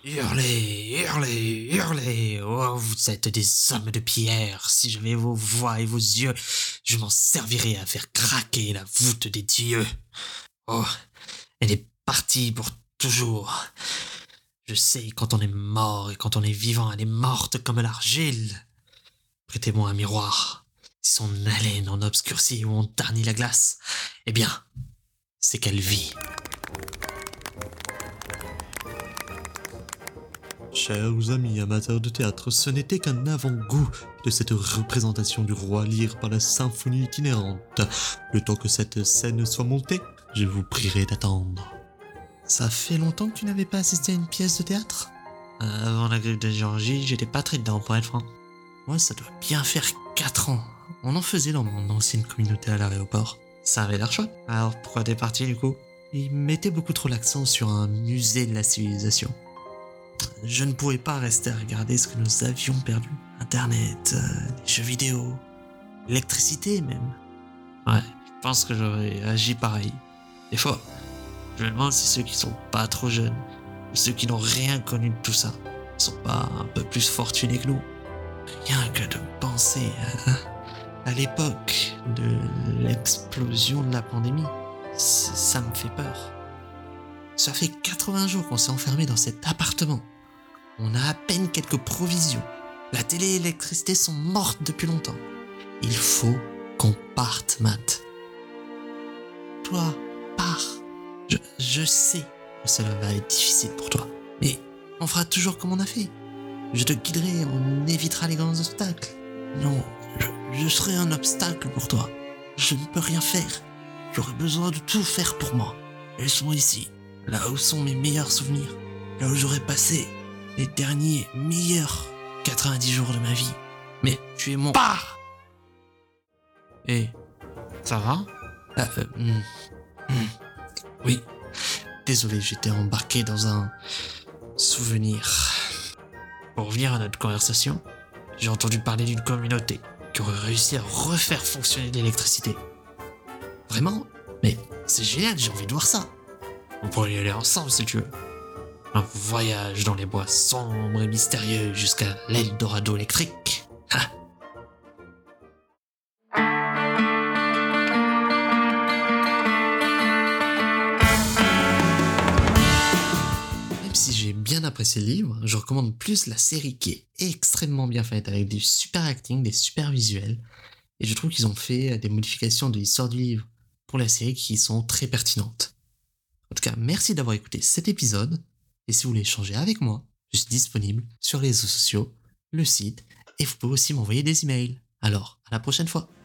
Hurlez, hurlez, hurlez. Oh, vous êtes des hommes de pierre. Si j'avais vos voix et vos yeux, je m'en servirais à faire craquer la voûte des dieux. Oh, elle est partie pour toujours. Je sais quand on est mort et quand on est vivant, elle est morte comme l'argile. Prêtez-moi un miroir. Si son haleine en obscurcit ou on ternit la glace, eh bien, c'est qu'elle vit. Chers amis amateurs de théâtre, ce n'était qu'un avant-goût de cette représentation du roi Lear par la symphonie itinérante. Le temps que cette scène soit montée, je vous prierai d'attendre. Ça fait longtemps que tu n'avais pas assisté à une pièce de théâtre ? Avant la grippe de Géorgie, j'étais pas très dedans pour être franc. Moi, ça doit bien faire 4 ans. On en faisait dans mon ancienne communauté à l'aéroport. Ça avait l'air chouette. Alors pourquoi t'es parti du coup ? Ils mettaient beaucoup trop l'accent sur un musée de la civilisation. Je ne pouvais pas rester à regarder ce que nous avions perdu. Internet, les jeux vidéo, l'électricité même. Ouais, je pense que j'aurais agi pareil. Des fois, je me demande si ceux qui sont pas trop jeunes, ou ceux qui n'ont rien connu de tout ça, sont pas un peu plus fortunés que nous. Rien que de penser à l'époque de l'explosion de la pandémie, ça me fait peur. Ça fait 80 jours qu'on s'est enfermé dans cet appartement. On a à peine quelques provisions. La télé et l'électricité sont mortes depuis longtemps. Il faut qu'on parte, Matt. Toi, pars. Je sais que cela va être difficile pour toi, mais on fera toujours comme on a fait. Je te guiderai, on évitera les grands obstacles. Non, je serai un obstacle pour toi. Je ne peux rien faire. J'aurai besoin de tout faire pour moi. Laisse-moi ici, là où sont mes meilleurs souvenirs, là où j'aurais passé les derniers meilleurs 90 jours de ma vie. Mais tu es mon... Pars. Eh, ça va ? Oui, désolé, j'étais embarqué dans un souvenir. Pour revenir à notre conversation, j'ai entendu parler d'une communauté qui aurait réussi à refaire fonctionner l'électricité. Vraiment ? Mais c'est génial, j'ai envie de voir ça. On pourrait y aller ensemble si tu veux. Un voyage dans les bois sombres et mystérieux jusqu'à l'Eldorado électrique. Ha. Même si j'ai bien apprécié le livre, je recommande plus la série qui est extrêmement bien faite avec du super acting, des super visuels. Et je trouve qu'ils ont fait des modifications de l'histoire du livre pour la série qui sont très pertinentes. En tout cas, merci d'avoir écouté cet épisode. Et si vous voulez échanger avec moi, je suis disponible sur les réseaux sociaux, le site, et vous pouvez aussi m'envoyer des emails. Alors, à la prochaine fois.